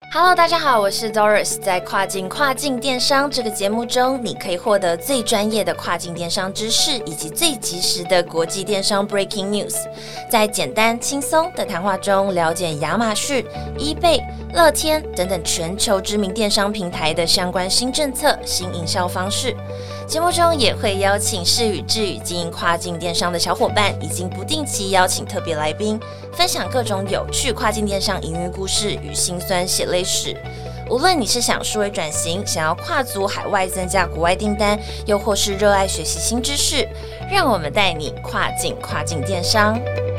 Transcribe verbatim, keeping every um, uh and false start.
Hello， 大家好，我是 Doris。在跨境跨境电商这个节目中，你可以获得最专业的跨境电商知识，以及最及时的国际电商 Breaking News。在简单轻松的谈话中，了解亚马逊、eBay、乐天等等全球知名电商平台的相关新政策、新营销方式。节目中也会邀请世宇智宇经营跨境电商的小伙伴，以及不定期邀请特别来宾，分享各种有趣跨境电商营运故事与辛酸血泪史。无论你是想数位转型，想要跨足海外增加国外订单，又或是热爱学习新知识，让我们带你跨境跨境电商。